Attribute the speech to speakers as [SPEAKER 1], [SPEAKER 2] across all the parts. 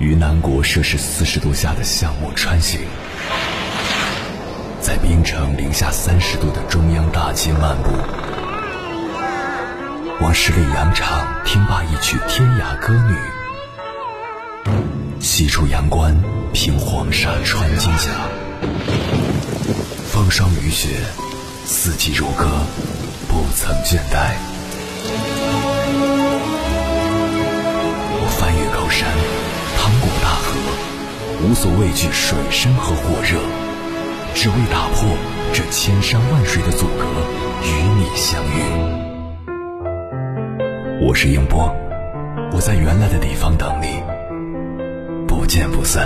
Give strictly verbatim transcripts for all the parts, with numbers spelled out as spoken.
[SPEAKER 1] 于南国摄氏四十度下的项目穿行，在冰城零下三十度的中央大街漫步，往十里洋场听罢一曲天涯歌女，西出阳关凭黄沙穿金甲，风霜雨雪，四季如歌，不曾倦怠。我翻越高山，趟过大河，无所畏惧水深和火热，只为打破这千山万水的阻隔，与你相遇。我是英波，我在原来的地方等你，不见不散。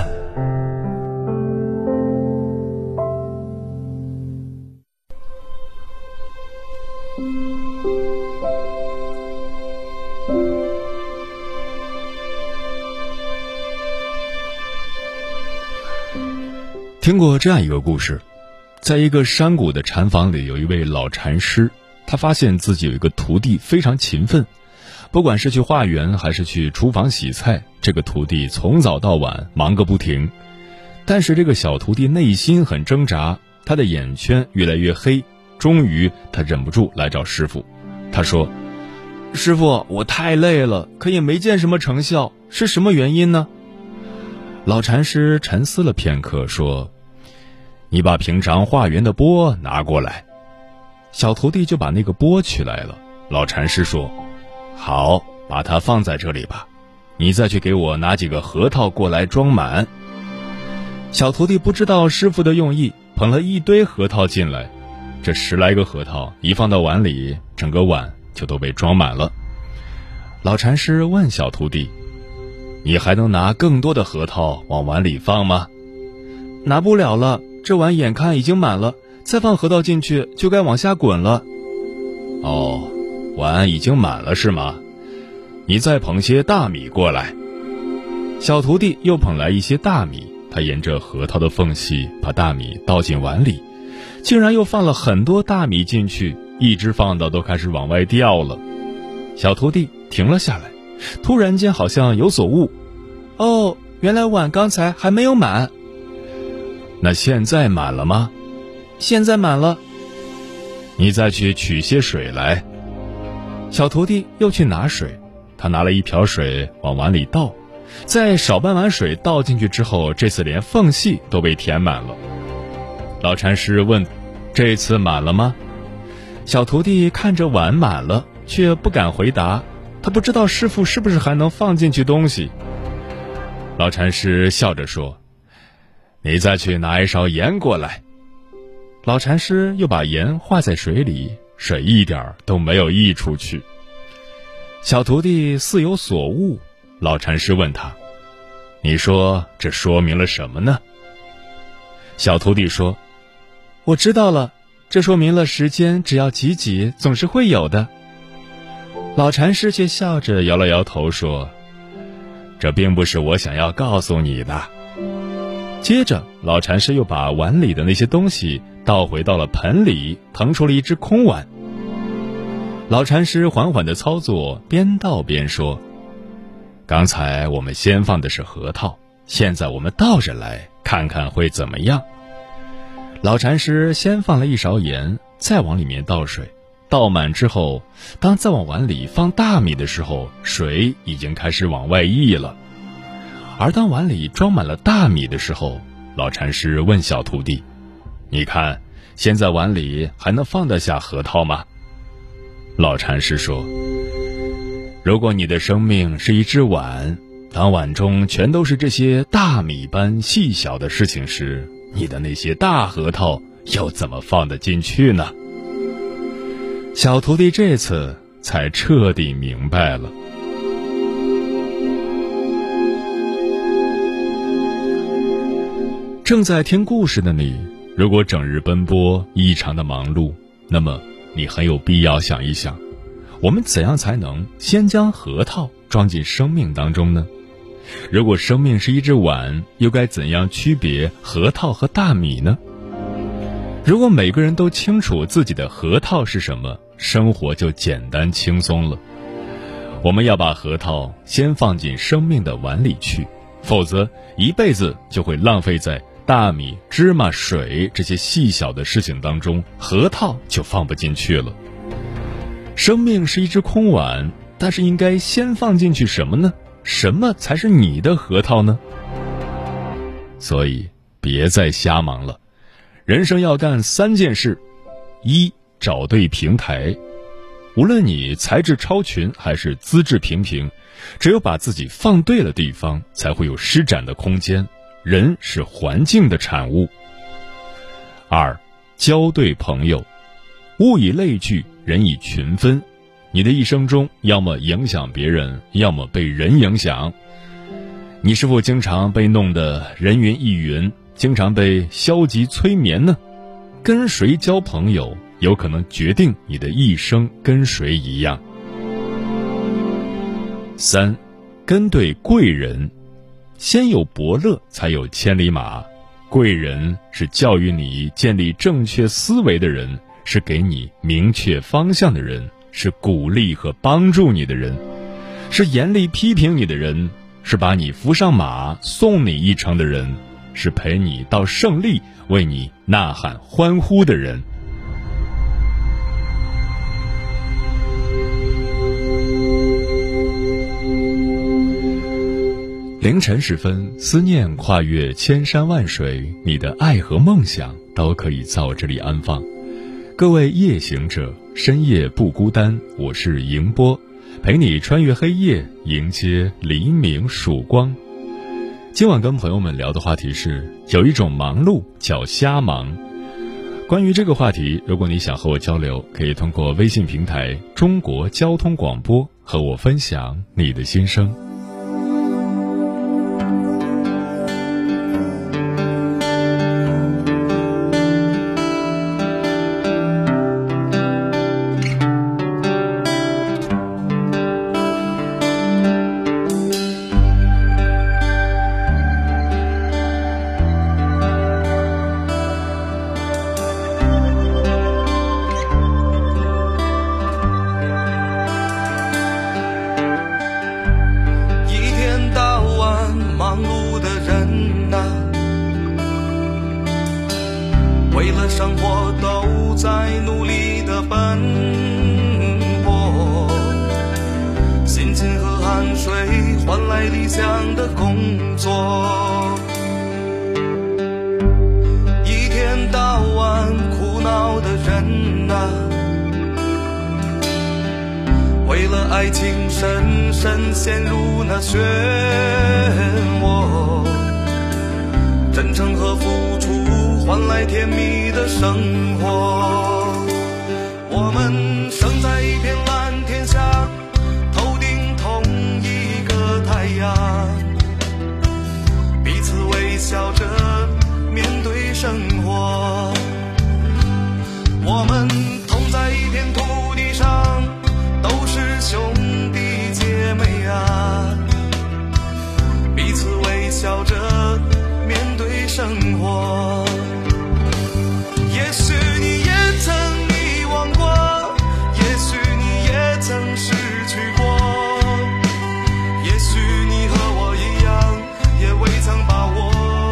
[SPEAKER 2] 听过这样一个故事，在一个山谷的禅房里，有一位老禅师，他发现自己有一个徒弟非常勤奋，不管是去化缘还是去厨房洗菜，这个徒弟从早到晚忙个不停。但是这个小徒弟内心很挣扎，他的眼圈越来越黑，终于他忍不住来找师父。他说：师父，我太累了，可也没见什么成效，是什么原因呢？老禅师沉思了片刻，说：你把平常化缘的钵拿过来。小徒弟就把那个钵取来了。老禅师说：好，把它放在这里吧，你再去给我拿几个核桃过来装满。小徒弟不知道师父的用意，捧了一堆核桃进来。这十来个核桃一放到碗里，整个碗就都被装满了。老禅师问小徒弟：你还能拿更多的核桃往碗里放吗？拿不了了，这碗眼看已经满了，再放核桃进去就该往下滚了。哦，碗已经满了是吗？你再捧些大米过来。小徒弟又捧来一些大米，他沿着核桃的缝隙把大米倒进碗里，竟然又放了很多大米进去，一直放到都开始往外掉了。小徒弟停了下来，突然间好像有所悟，哦，原来碗刚才还没有满。那现在满了吗？现在满了。你再去取些水来。小徒弟又去拿水，他拿了一瓢水往碗里倒，在少半碗水倒进去之后，这次连缝隙都被填满了。老禅师问：这次满了吗？小徒弟看着碗满了，却不敢回答，他不知道师父是不是还能放进去东西。老禅师笑着说：你再去拿一勺盐过来。老禅师又把盐化在水里，水一点都没有溢出去。小徒弟似有所悟，老禅师问他：你说这说明了什么呢？小徒弟说：我知道了，这说明了时间只要挤挤总是会有的。老禅师却笑着摇了摇头说：这并不是我想要告诉你的。接着老禅师又把碗里的那些东西倒回到了盆里，腾出了一只空碗。老禅师缓缓地操作，边倒边说：刚才我们先放的是核桃，现在我们倒着来，看看会怎么样。老禅师先放了一勺盐，再往里面倒水，倒满之后，当再往碗里放大米的时候，水已经开始往外溢了。而当碗里装满了大米的时候，老禅师问小徒弟：你看，现在碗里还能放得下核桃吗？老禅师说：如果你的生命是一只碗，当碗中全都是这些大米般细小的事情时，你的那些大核桃又怎么放得进去呢？小徒弟这次才彻底明白了。正在听故事的你，如果整日奔波，异常的忙碌，那么你很有必要想一想，我们怎样才能先将核桃装进生命当中呢？如果生命是一只碗，又该怎样区别核桃和大米呢？如果每个人都清楚自己的核桃是什么，生活就简单轻松了。我们要把核桃先放进生命的碗里去， 否则一辈子就会浪费在大米、芝麻、水这些细小的事情当中，核桃就放不进去了。生命是一只空碗，但是应该先放进去什么呢？什么才是你的核桃呢？所以别再瞎忙了，人生要干三件事：一、找对平台。无论你才智超群还是资质平平，只有把自己放对了地方，才会有施展的空间。人是环境的产物。二、交对朋友。物以类聚，人以群分。你的一生中，要么影响别人，要么被人影响。你是否经常被弄得人云亦云，经常被消极催眠呢？跟谁交朋友，有可能决定你的一生跟谁一样。三、跟对贵人。先有伯乐，才有千里马。贵人是教育你建立正确思维的人，是给你明确方向的人，是鼓励和帮助你的人，是严厉批评你的人，是把你扶上马送你一程的人，是陪你到胜利为你呐喊欢呼的人。凌晨时分，思念跨越千山万水，你的爱和梦想都可以在我这里安放。各位夜行者，深夜不孤单，我是迎波，陪你穿越黑夜，迎接黎明曙光。今晚跟朋友们聊的话题是，有一种忙碌叫瞎忙。关于这个话题，如果你想和我交流，可以通过微信平台中国交通广播和我分享你的心声。
[SPEAKER 3] 为了生活都在努力的奔波，辛勤和汗水换来理想的工作，一天到晚苦恼的人啊，为了爱情深深陷入那漩涡，真诚和付出换来甜蜜的生活。我们生在一片蓝天下，头顶同一个太阳，彼此微笑着面对生活。我们同在一片土地上，都是兄弟姐妹啊，彼此微笑着面对生活。也许你也曾遗忘过，也许你也曾失去过，也许你和我一样也未曾把握，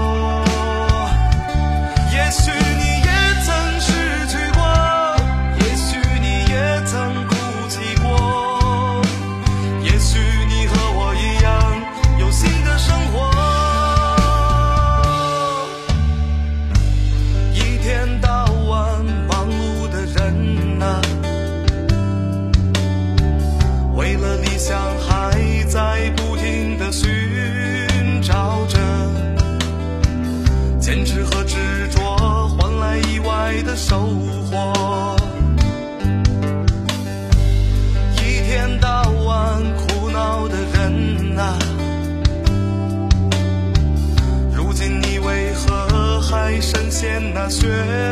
[SPEAKER 3] 也许你也曾失去过，也许你也曾哭泣过，也许你和我一样有新的生活。一天到晚忙碌的人啊，为了理想还在不停地寻找着，坚持和执着换来意外的收获。一天到晚苦恼的人啊，如今你为何还深陷那漩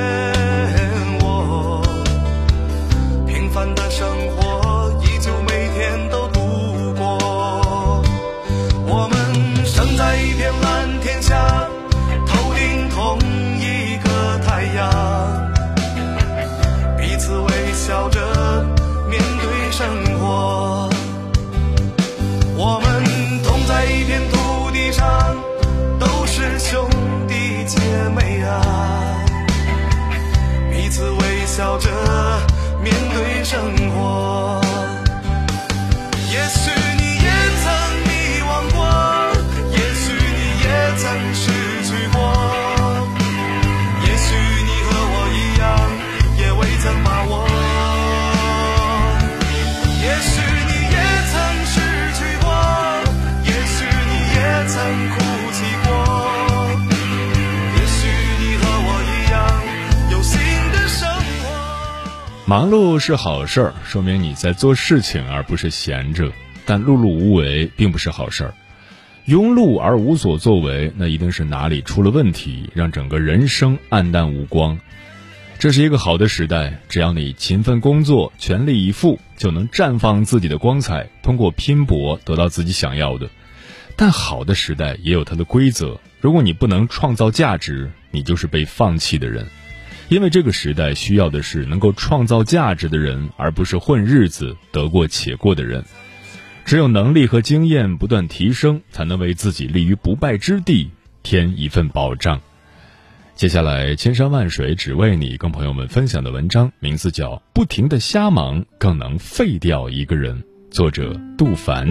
[SPEAKER 3] 涡？平凡的生活依旧每天都度过。我们生在一片蓝天下，头顶同一个太阳，彼此微笑着面对生活。我们同在一片土地上， 笑着面对生活。也许你也曾迷惘过，也许你也曾失去过，也许你和我一样也未曾把握，也许你也曾失去过，也许你也曾哭泣过，也许你和我一样有新的生活。
[SPEAKER 2] 忙碌是好事儿，说明你在做事情而不是闲着，但碌碌无为并不是好事儿。庸碌而无所作为，那一定是哪里出了问题，让整个人生黯淡无光。这是一个好的时代，只要你勤奋工作，全力以赴，就能绽放自己的光彩，通过拼搏得到自己想要的。但好的时代也有它的规则，如果你不能创造价值，你就是被放弃的人。因为这个时代需要的是能够创造价值的人，而不是混日子得过且过的人。只有能力和经验不断提升，才能为自己立于不败之地添一份保障。接下来千山万水只为你跟朋友们分享的文章名字叫《不停的瞎忙更能废掉一个人》，作者杜凡。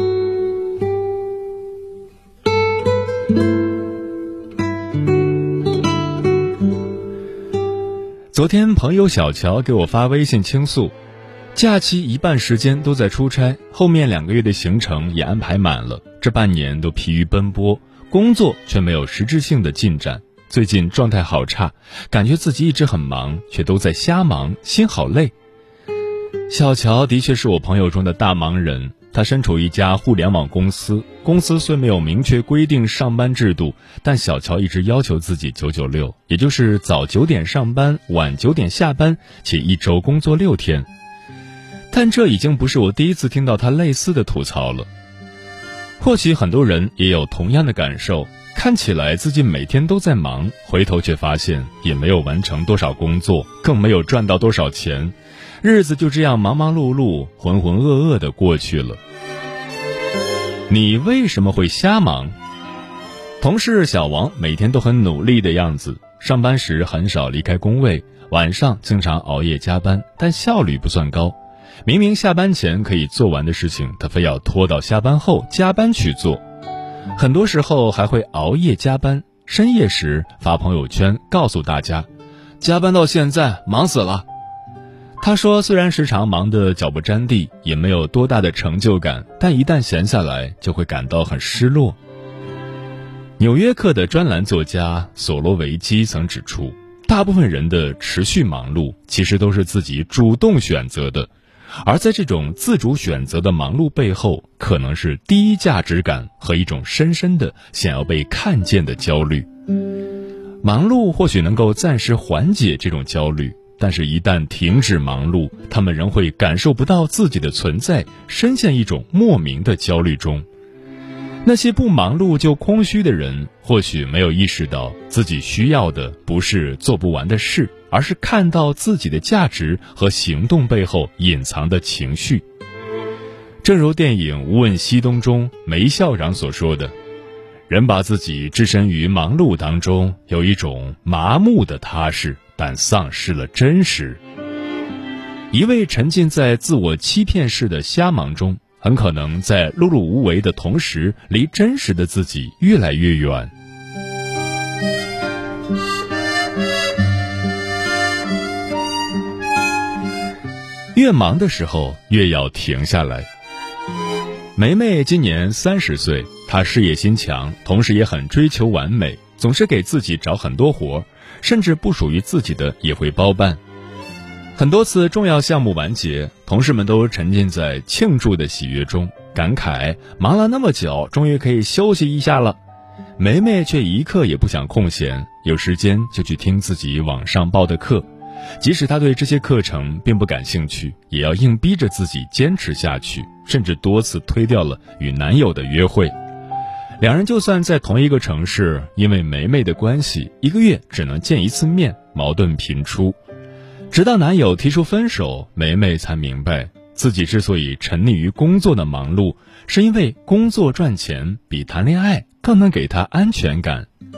[SPEAKER 2] 昨天朋友小乔给我发微信倾诉，假期一半时间都在出差，后面两个月的行程也安排满了，这半年都疲于奔波，工作却没有实质性的进展，最近状态好差，感觉自己一直很忙，却都在瞎忙，心好累。小乔的确是我朋友中的大忙人，他身处一家互联网公司，公司虽没有明确规定上班制度，但小乔一直要求自己九九六，也就是早九点上班，晚九点下班，且一周工作六天。但这已经不是我第一次听到他类似的吐槽了。或许很多人也有同样的感受，看起来自己每天都在忙，回头却发现也没有完成多少工作，更没有赚到多少钱，日子就这样忙忙碌碌，浑浑噩噩地过去了。你为什么会瞎忙？同事小王每天都很努力的样子，上班时很少离开工位，晚上经常熬夜加班，但效率不算高。明明下班前可以做完的事情，他非要拖到下班后加班去做，很多时候还会熬夜加班，深夜时发朋友圈告诉大家，加班到现在忙死了。他说虽然时常忙得脚不沾地，也没有多大的成就感，但一旦闲下来就会感到很失落。纽约客的专栏作家索罗维基曾指出，大部分人的持续忙碌其实都是自己主动选择的，而在这种自主选择的忙碌背后，可能是低价值感和一种深深的想要被看见的焦虑。忙碌或许能够暂时缓解这种焦虑，但是一旦停止忙碌，他们仍会感受不到自己的存在，深陷一种莫名的焦虑中。那些不忙碌就空虚的人，或许没有意识到自己需要的不是做不完的事，而是看到自己的价值和行动背后隐藏的情绪。正如电影《无问西东》中梅校长所说的，人把自己置身于忙碌当中，有一种麻木的踏实，但丧失了真实。一味沉浸在自我欺骗式的瞎忙中，很可能在碌碌无为的同时，离真实的自己越来越远。越忙的时候，越要停下来。梅梅今年三十岁，她事业心强，同时也很追求完美，总是给自己找很多活，甚至不属于自己的也会包办。很多次重要项目完结，同事们都沉浸在庆祝的喜悦中，感慨忙了那么久，终于可以休息一下了。梅梅却一刻也不想空闲，有时间就去听自己网上报的课，即使她对这些课程并不感兴趣，也要硬逼着自己坚持下去，甚至多次推掉了与男友的约会。两人就算在同一个城市，因为梅梅的关系，一个月只能见一次面，矛盾频出。直到男友提出分手，梅梅才明白，自己之所以沉溺于工作的忙碌，是因为工作赚钱比谈恋爱更能给她安全感。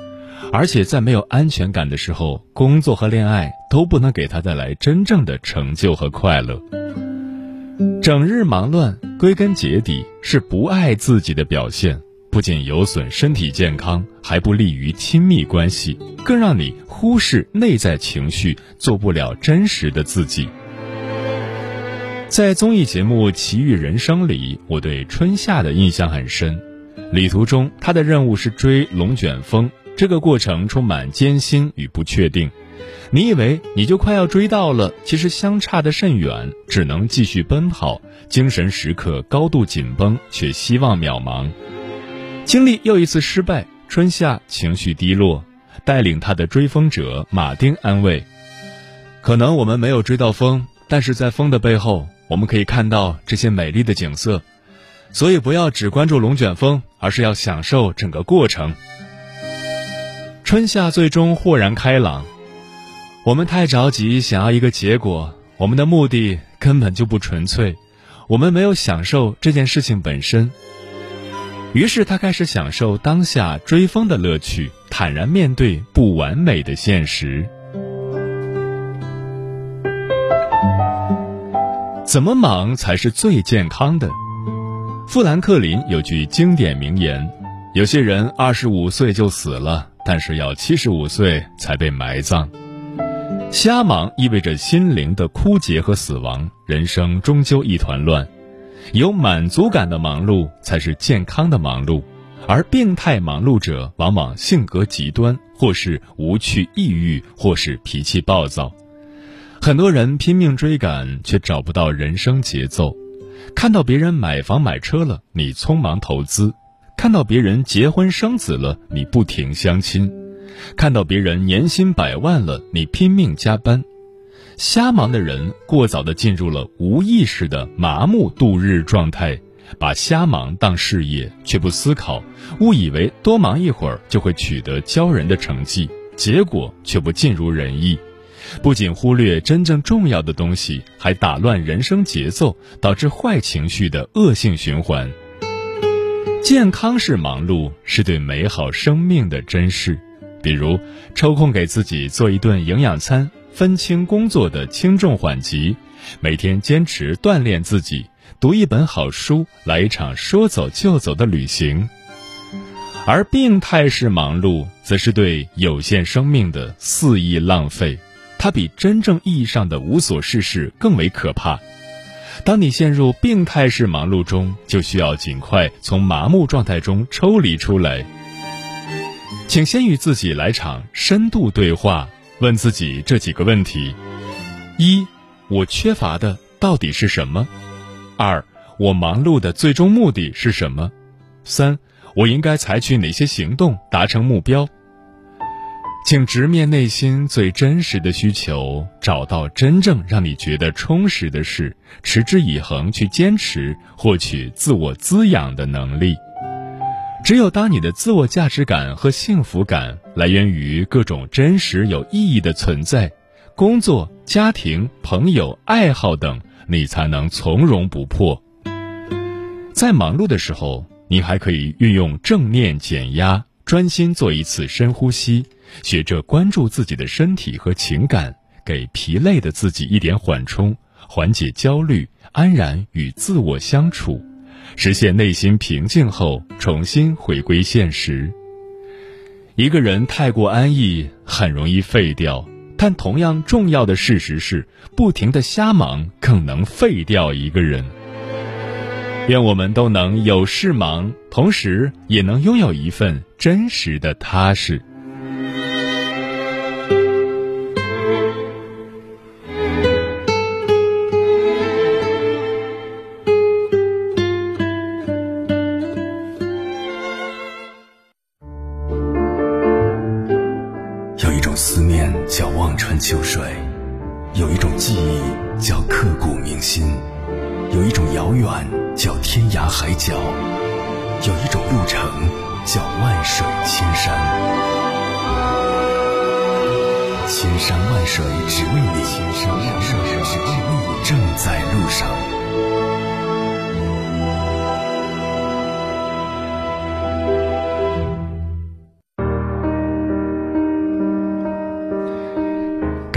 [SPEAKER 2] 而且在没有安全感的时候，工作和恋爱都不能给他带来真正的成就和快乐。整日忙乱，归根结底是不爱自己的表现，不仅有损身体健康，还不利于亲密关系，更让你忽视内在情绪，做不了真实的自己。在综艺节目《奇遇人生》里，我对春夏的印象很深。旅途中，他的任务是追龙卷风，这个过程充满艰辛与不确定。你以为你就快要追到了，其实相差得甚远，只能继续奔跑，精神时刻高度紧绷，却希望渺茫。经历又一次失败，春夏情绪低落，带领他的追风者马丁安慰：可能我们没有追到风，但是在风的背后，我们可以看到这些美丽的景色，所以不要只关注龙卷风，而是要享受整个过程。春夏最终豁然开朗，我们太着急想要一个结果，我们的目的根本就不纯粹，我们没有享受这件事情本身。于是他开始享受当下追风的乐趣，坦然面对不完美的现实。怎么忙才是最健康的？富兰克林有句经典名言：有些人二十五岁就死了，但是要七十五岁才被埋葬。瞎忙意味着心灵的枯竭和死亡，人生终究一团乱。有满足感的忙碌才是健康的忙碌，而病态忙碌者往往性格极端，或是无趣抑郁，或是脾气暴躁。很多人拼命追赶，却找不到人生节奏。看到别人买房买车了，你匆忙投资；看到别人结婚生子了，你不停相亲；看到别人年薪百万了，你拼命加班。瞎忙的人过早地进入了无意识的麻木度日状态，把瞎忙当事业，却不思考，误以为多忙一会儿就会取得骄人的成绩，结果却不尽如人意。不仅忽略真正重要的东西，还打乱人生节奏，导致坏情绪的恶性循环。健康式忙碌是对美好生命的珍视，比如抽空给自己做一顿营养餐，分清工作的轻重缓急，每天坚持锻炼自己，读一本好书，来一场说走就走的旅行。而病态式忙碌则是对有限生命的肆意浪费，它比真正意义上的无所事事更为可怕。当你陷入病态式忙碌中，就需要尽快从麻木状态中抽离出来。请先与自己来场深度对话，问自己这几个问题：一，我缺乏的到底是什么？二，我忙碌的最终目的是什么？三，我应该采取哪些行动达成目标？请直面内心最真实的需求，找到真正让你觉得充实的事，持之以恒去坚持，获取自我滋养的能力。只有当你的自我价值感和幸福感来源于各种真实有意义的存在，工作、家庭、朋友、爱好等，你才能从容不迫。在忙碌的时候，你还可以运用正念减压，专心做一次深呼吸，学着关注自己的身体和情感，给疲累的自己一点缓冲，缓解焦虑，安然与自我相处，实现内心平静后重新回归现实。一个人太过安逸，很容易废掉，但同样重要的事实是，不停的瞎忙更能废掉一个人。愿我们都能有事忙，同时也能拥有一份真实的踏实。
[SPEAKER 1] 有一种思念叫望穿秋水，有一种记忆叫刻骨铭心，有一种遥远叫天涯海角，有一种路程叫万水千山。千山万水只为你，千山万水只为你，正在路上。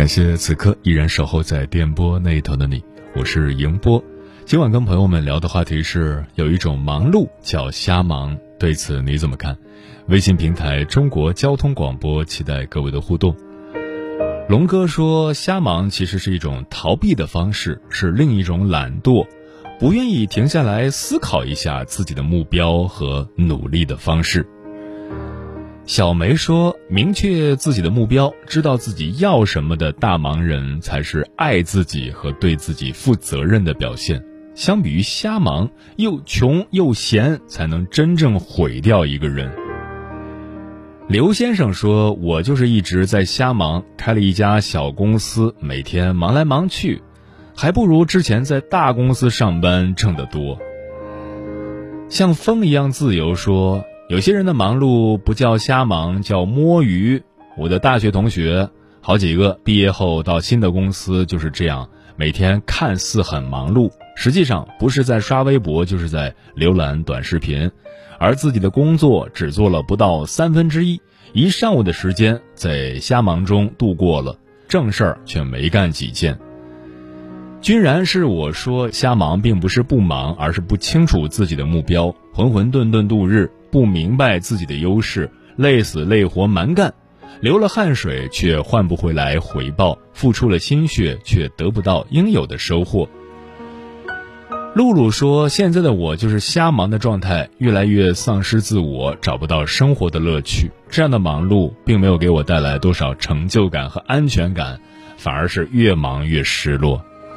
[SPEAKER 2] 感谢此刻依然守候在电波那一头的你，我是迎波。今晚跟朋友们聊的话题是，有一种忙碌叫瞎忙，对此你怎么看？微信平台中国交通广播，期待各位的互动。龙哥说，瞎忙其实是一种逃避的方式，是另一种懒惰，不愿意停下来思考一下自己的目标和努力的方式。小梅说，明确自己的目标，知道自己要什么的大忙人才是爱自己和对自己负责任的表现，相比于瞎忙，又穷又闲才能真正毁掉一个人。刘先生说，我就是一直在瞎忙，开了一家小公司，每天忙来忙去，还不如之前在大公司上班挣得多。像风一样自由说，有些人的忙碌不叫瞎忙，叫摸鱼。我的大学同学好几个毕业后到新的公司就是这样，每天看似很忙碌，实际上不是在刷微博就是在浏览短视频，而自己的工作只做了不到三分之一，一上午的时间在瞎忙中度过了，正事儿却没干几件。君然是我说，瞎忙并不是不忙，而是不清楚自己的目标，浑浑沌沌度日，不明白自己的优势，累死累活蛮干，流了汗水却换不回来回报，付出了心血却得不到应有的收获。露露说，现在的我就是瞎忙的状态，越来越丧失自我，找不到生活的乐趣。这样的忙碌并没有给我带来多少成就感和安全感，反而是越忙越失落。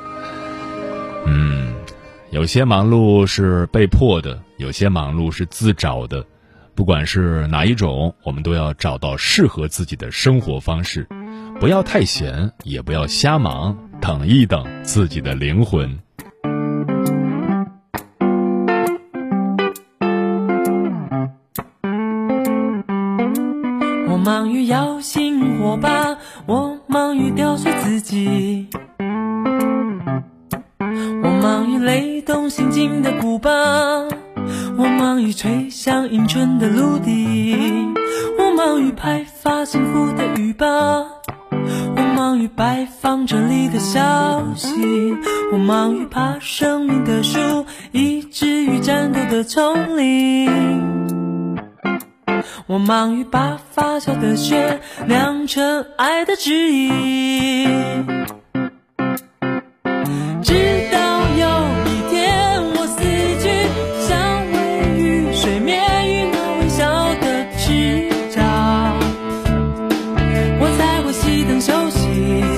[SPEAKER 2] 嗯，有些忙碌是被迫的，有些忙碌是自找的。不管是哪一种，我们都要找到适合自己的生活方式，不要太闲，也不要瞎忙，等一等自己的灵魂。
[SPEAKER 4] 我忙于摇醒火把，我忙于雕塑自己，我忙于雷动心境的鼓把，我忙于吹响迎春的芦笛，我忙于派发幸福的语吧，我忙于拜访这里的消息，我忙于爬生命的树，以至于战斗的丛林，我忙于把发酵的雪酿成爱的旨意，直到有一天我死去，像位于水面与那微笑的翅膀，我才会熄灯休息，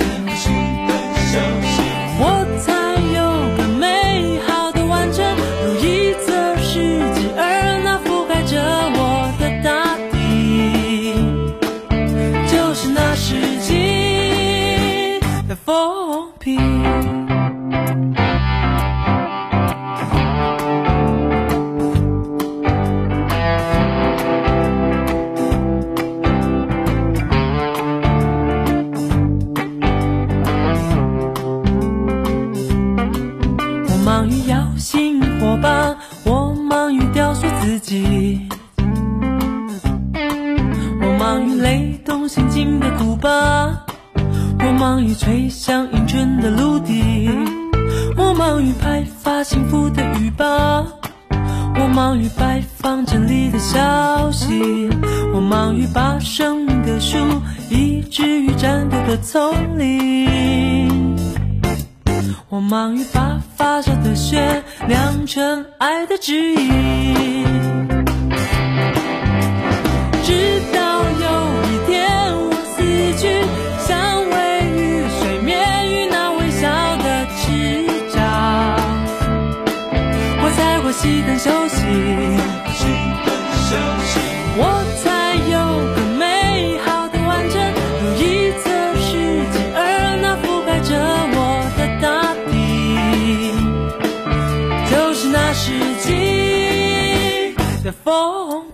[SPEAKER 4] 我才有更美好的完成，如一则世纪儿那覆盖着我的大地，就是那世纪的风评。我忙于摇醒火把，我忙于雕塑自己，我忙于雷动心境的鼓把，我忙于吹响迎春的芦笛，我忙于派发幸福的语吧，我忙于拜访真理的消息，我忙于把生命的树移植于战斗的丛林，我忙于把发酵的雪酿成爱的旨意，直到有一天我死去，像位于水面与那微笑的翅膀，我才会熄灯休息，我才有更美好的完成，如一则世纪儿那覆盖着我的大地，就是那世纪的风